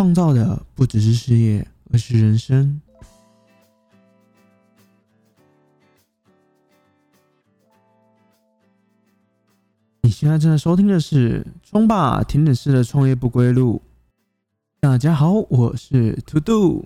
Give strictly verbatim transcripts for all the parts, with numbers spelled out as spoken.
创造的不只是事业，而是人生。你现在正在收听的是《冲吧甜点师的创业不归路》。大家好，我是 To Do。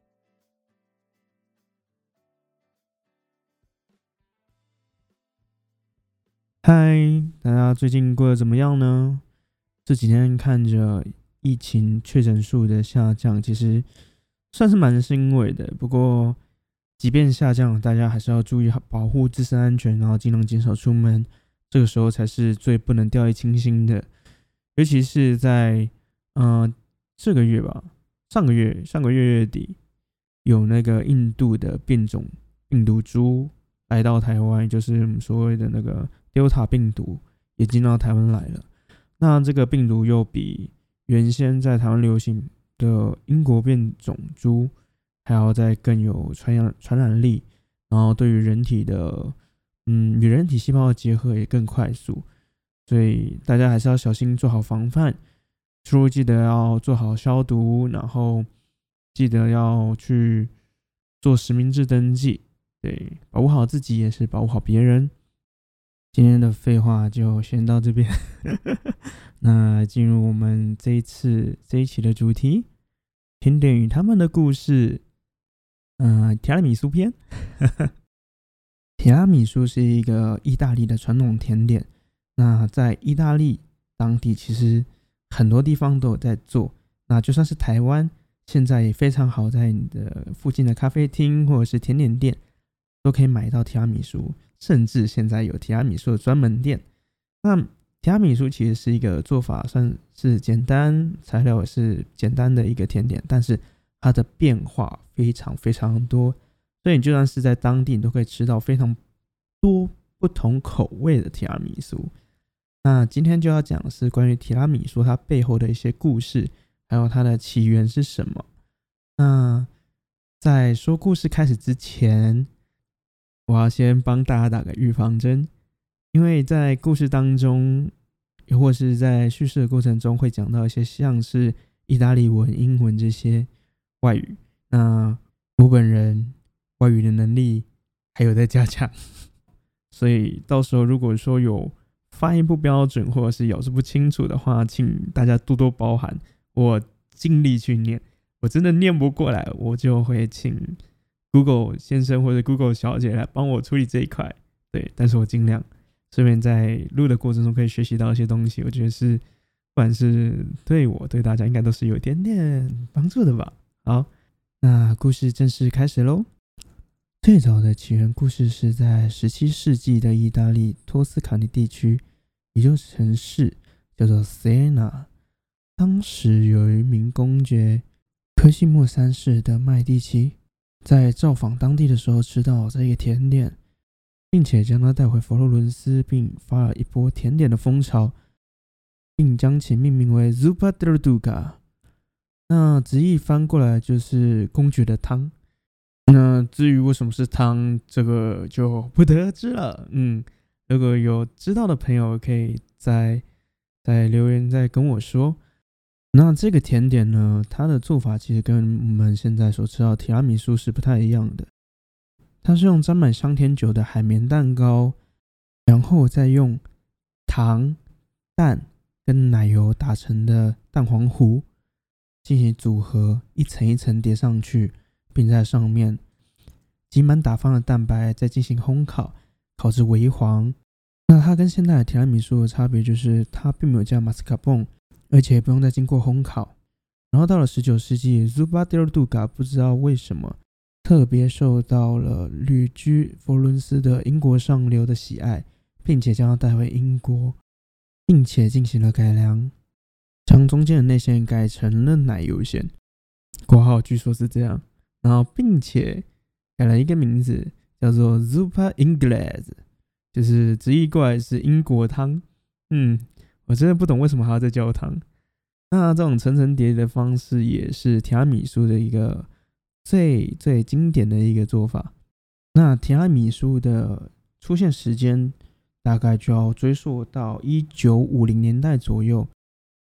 嗨，大家最近过得怎么样呢？这几天看着疫情确诊数的下降，其实算是蛮欣慰的。不过，即便下降，大家还是要注意保护自身安全，然后尽量减少出门。这个时候才是最不能掉以轻心的。尤其是在呃这个月吧，上个月上个月月底，有那个印度的变种病毒株来到台湾，就是我们所谓的那个 Delta 病毒也进到台湾来了。那这个病毒又比原先在台湾流行的英国变种株还要再更有传染传染力，然后对于人体的嗯与人体细胞的结合也更快速，所以大家还是要小心做好防范，出入记得要做好消毒，然后记得要去做实名制登记，对，保护好自己也是保护好别人。今天的废话就先到这边那进入我们这一次这一期的主题，甜点与他们的故事，呃，提拉米苏篇提拉米苏是一个意大利的传统甜点，那在意大利当地其实很多地方都有在做，那就算是台湾现在也非常好，在你的附近的咖啡厅或者是甜点店都可以买到提拉米苏，甚至现在有提拉米苏的专门店。那提拉米苏其实是一个做法算是简单，材料也是简单的一个甜点，但是它的变化非常非常多，所以你就算是在当地你都可以吃到非常多不同口味的提拉米苏。那今天就要讲的是关于提拉米苏它背后的一些故事，还有它的起源是什么。那在说故事开始之前，我要先帮大家打个预防针，因为在故事当中或是在叙事的过程中会讲到一些像是意大利文、英文这些外语，那我本人外语的能力还有在加强，所以到时候如果说有发音不标准或者是咬字不清楚的话，请大家多多包涵，我尽力去念，我真的念不过来，我就会请 Google 先生或者 Google 小姐来帮我处理这一块，对，但是我尽量顺便在录的过程中可以学习到一些东西，我觉得是不管是对我对大家应该都是有一点点帮助的吧。好，那故事正式开始咯。最早的起源故事是在十七世纪的意大利托斯卡尼地区，一座城市叫做 Siena。 当时有一名公爵科西莫三世的麦地奇在造访当地的时候吃到这个甜点，并且将它带回佛罗伦斯，并引发了一波甜点的风潮，并将其命名为 Zuppa del Duca。 那直译翻过来就是公爵的汤。那至于为什么是汤，这个就不得而知了。嗯，如果有知道的朋友可以在在留言再跟我说。那这个甜点呢，它的做法其实跟我们现在所吃到的提拉米苏是不太一样的。它是用沾满香甜酒的海绵蛋糕，然后再用糖、蛋跟奶油打成的蛋黄糊进行组合，一层一层叠上去，并在上面挤满打放的蛋白，再进行烘烤，烤至微黄。那它跟现代的提拉米苏的差别就是它并没有加马斯卡彭，而且不用再经过烘烤。然后到了十九世纪 Zuppa del Duca 不知道为什么特别受到了旅居佛罗伦斯的英国上流的喜爱，并且将它带回英国，并且进行了改良，将中间的内馅改成了奶油馅，括号据说是这样，然后并且改了一个名字叫做 Zuppa Inglese， 就是直译过来是英国汤。嗯，我真的不懂为什么还要再叫汤。那这种层层叠叠的方式也是提拉米苏的一个最最经典的一个做法。那提拉米苏的出现时间大概就要追溯到一九五零年代左右，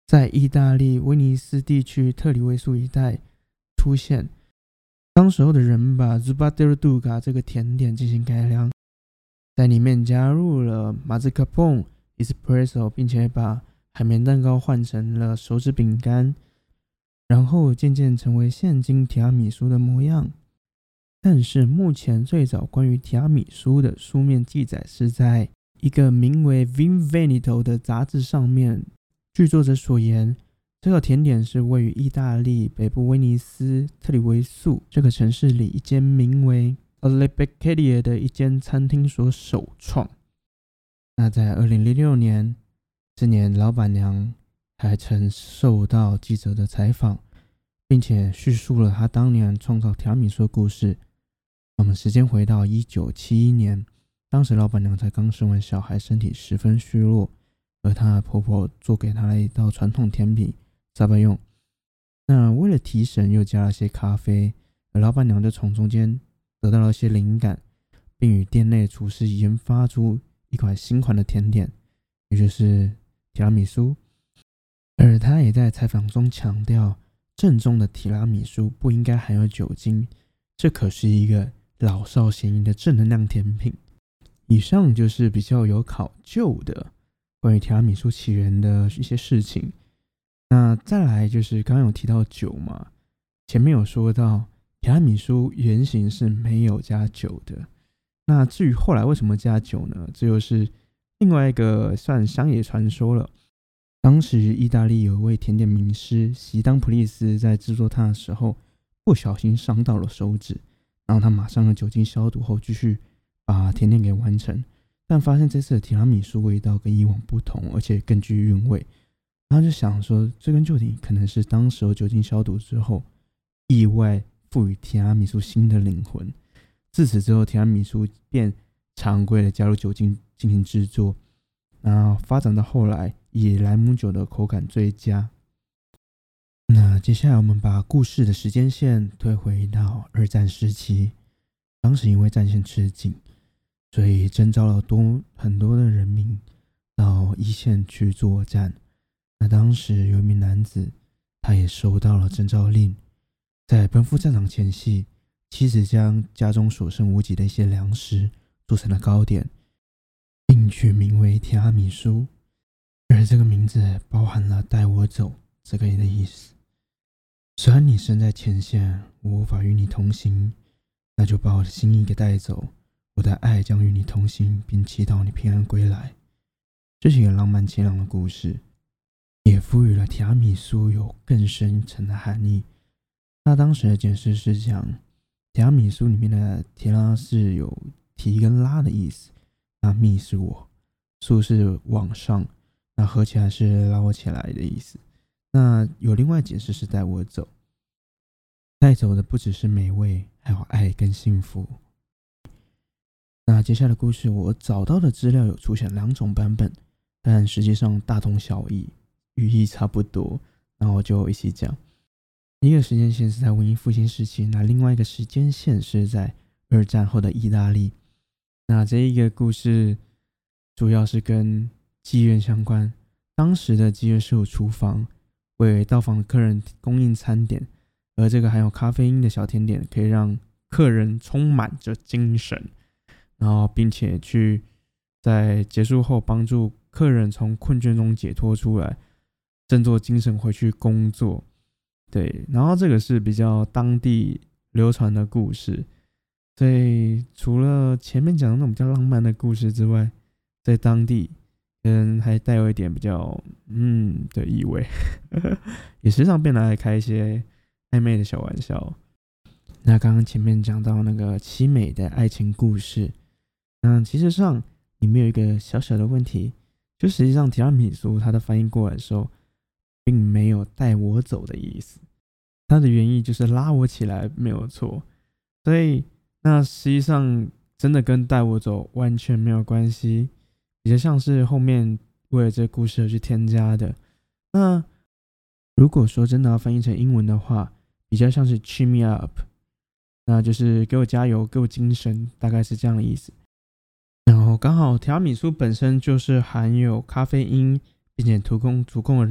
在意大利威尼斯地区特里维苏一带出现。当时候的人把 Zuppa del Duca 这个甜点进行改良，在里面加入了马兹卡彭、espresso， 并且把海绵蛋糕换成了手指饼干，然后渐渐成为现今提拉米苏的模样。但是目前最早关于提拉米苏的书面记载是在一个名为 Vin Veneto 的杂志上面。据作者所言，这个甜点是位于意大利北部威尼斯特里维素这个城市里一间名为 Le Beccaria 的一间餐厅所首创。那在二零零六年，这年老板娘还曾受到记者的采访，并且叙述了她当年创造提拉米苏的故事。我们时间回到一九七一年，当时老板娘才刚生完小孩，身体十分虚弱，而她的婆婆做给她了一道传统甜品沙巴用。那为了提神，又加了些咖啡，而老板娘就从中间得到了一些灵感，并与店内厨师研发出一款新款的甜点，也就是提拉米苏。而她也在采访中强调，正宗的提拉米苏不应该含有酒精，这可是一个老少咸宜的正能量甜品。以上就是比较有考究的关于提拉米苏起源的一些事情。那再来就是刚刚有提到酒嘛，前面有说到提拉米苏原型是没有加酒的。那至于后来为什么加酒呢？这又是另外一个算乡野传说了。当时意大利有一位甜点名师席当普利斯在制作它的时候，不小心伤到了手指，然后他马上用酒精消毒后继续把甜点给完成，但发现这次的提拉米苏味道跟以往不同，而且更具韵味。然后就想说，这根究竟可能是当时酒精消毒之后，意外赋予提拉米苏新的灵魂。自此之后，提拉米苏便常规的加入酒精进行制作，然后发展到后来以莱姆酒的口感最佳。那接下来我们把故事的时间线推回到二战时期，当时因为战线吃紧，所以征召了多很多的人民到一线去作战。那当时有一名男子，他也收到了征召令，在奔赴战场前夕，妻子将家中所剩无几的一些粮食做成了糕点，并取名为提拉米苏。而这个名字包含了带我走这个的意思。虽然你身在前线，我无法与你同行，那就把我的心意给带走，我的爱将与你同行，并祈祷你平安归来。这是一个浪漫凄凉的故事，也赋予了提拉米苏有更深层的含义。那当时的解释是讲，提拉米苏里面的提拉是有提跟拉的意思，那米是我，苏是往上，那合起来是拉我起来的意思。那有另外解释是带我走，带走的不只是美味，还有爱跟幸福。那接下来的故事我找到的资料有出现两种版本，但实际上大同小异，语义差不多，那我就一起讲。一个时间线是在文艺复兴时期，那另外一个时间线是在二战后的意大利。那这一个故事主要是跟妓院相关，当时的妓院是有厨房，为到访的客人供应餐点，而这个含有咖啡因的小甜点可以让客人充满着精神，然后并且去在结束后帮助客人从困倦中解脱出来，振作精神回去工作。对，然后这个是比较当地流传的故事，所以除了前面讲的那种比较浪漫的故事之外，在当地跟还带有一点比较嗯的意味，也时常被拿来开一些暧昧的小玩笑。那刚刚前面讲到那个凄美的爱情故事，那其实上里面有一个小小的问题，就实际上提拉米苏它的翻译过来的时候，并没有带我走的意思，它的原意就是拉我起来，没有错。所以那实际上真的跟带我走完全没有关系，比较像是后面为了这个故事而去添加的。那如果说真的要翻译成英文的话，比较像是 cheer me up， 那就是给我加油，给我精神，大概是这样的意思。然后刚好提拉米苏本身就是含有咖啡因，并且提供足够的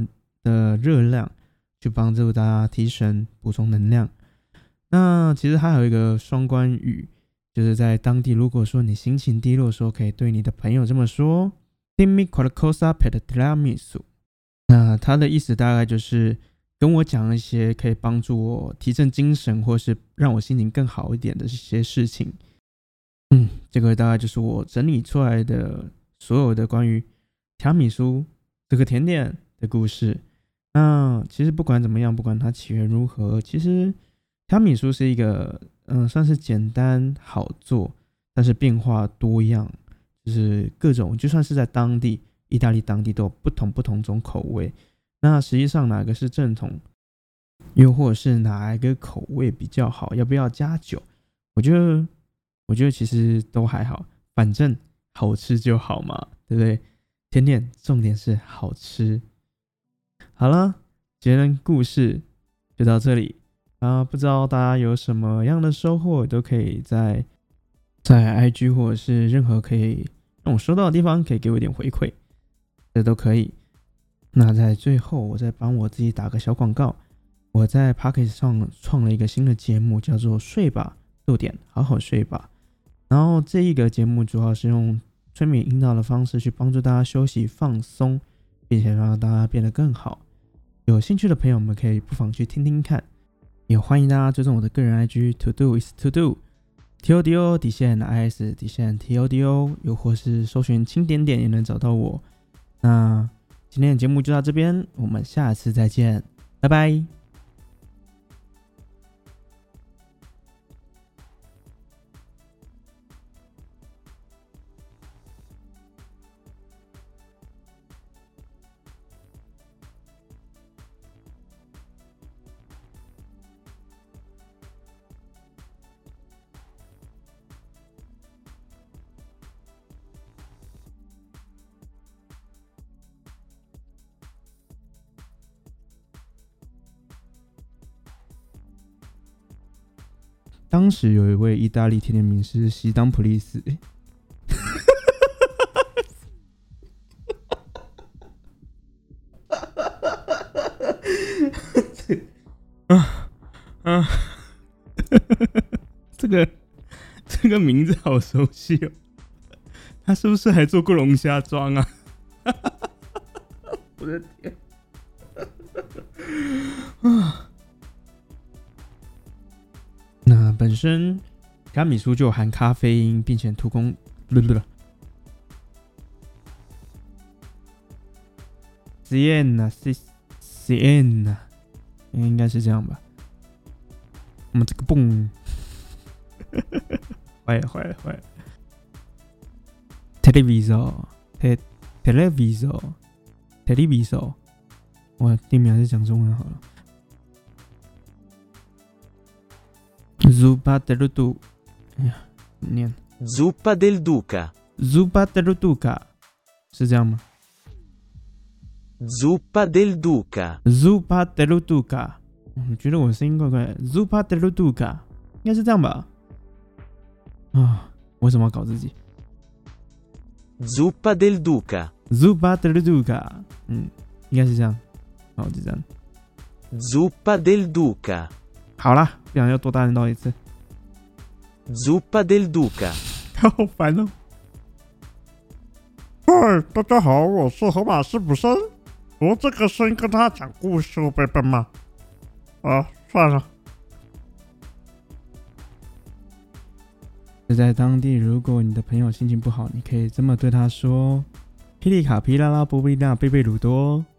的热量，去帮助大家提神补充能量。那其实还有一个双关语，就是在当地如果说你心情低落的时候，可以对你的朋友这么说 Dimmi qualcosa per tiramisù。 那它的意思大概就是跟我讲一些可以帮助我提振精神或是让我心情更好一点的一些事情。嗯，这个大概就是我整理出来的所有的关于提拉米苏这个甜点的故事。那其实不管怎么样，不管它起源如何，其实提拉米苏是一个嗯、呃，算是简单好做，但是变化多样，就是各种就算是在当地意大利当地都有不同不同种口味。那实际上哪个是正统，又或者是哪一个口味比较好，要不要加酒，我觉得我觉得其实都还好，反正好吃就好嘛，对不对？甜点重点是好吃。好了，今天的故事就到这里啊，不知道大家有什么样的收获，都可以在在 I G 或者是任何可以让我收到的地方，可以给我一点回馈，这都可以。那在最后，我再帮我自己打个小广告，我在 Podcast 上创了一个新的节目，叫做睡吧逗点好好睡吧。然后这一个节目主要是用催眠引导的方式去帮助大家休息放松，并且让大家变得更好。有兴趣的朋友们可以不妨去听听看，也欢迎大家追踪我的个人 I G to do is to do T O D O 底线 I S 底线 T O D O， 又或是搜寻轻点点也能找到我。那今天的节目就到这边，我们下次再见，拜拜。当时有一位意大利甜点名师西当普利斯，欸啊啊，这个这个名字好熟悉哦，他是不是还做过龙虾庄啊？我的天！啊，那本身提拉米苏就含咖啡因，并且提供不不不 ，Sienna Sienna， 应该是这样吧？我们这个蹦，坏了坏了坏了 ，Televisor te Televisor Televisor， 我店名还是讲中文好了。Zuppa del Duca， 哎呀，念 Zuppa del Duca Zuppa del Duca 是这样吗 Zuppa del Duca Zuppa del Duca， 我觉得我声音怪怪的 Zuppa del Duca 应该是这样吧？啊，我为什么要搞自己 Zuppa del Duca Zuppa del Duca， 嗯，应该是这样。好，就这样。 Zuppa del Duca。 好啦，不想要多大人道一次。 Zuppa del Duca。 好烦哦。 嗨，大家好，我是河马斯普森。我这个声音跟他讲故事会被笨吗？啊，算了。 在当地，如果你的朋友心情不好，你可以这么对他说：“霹雳卡皮拉拉波比纳贝贝鲁多。”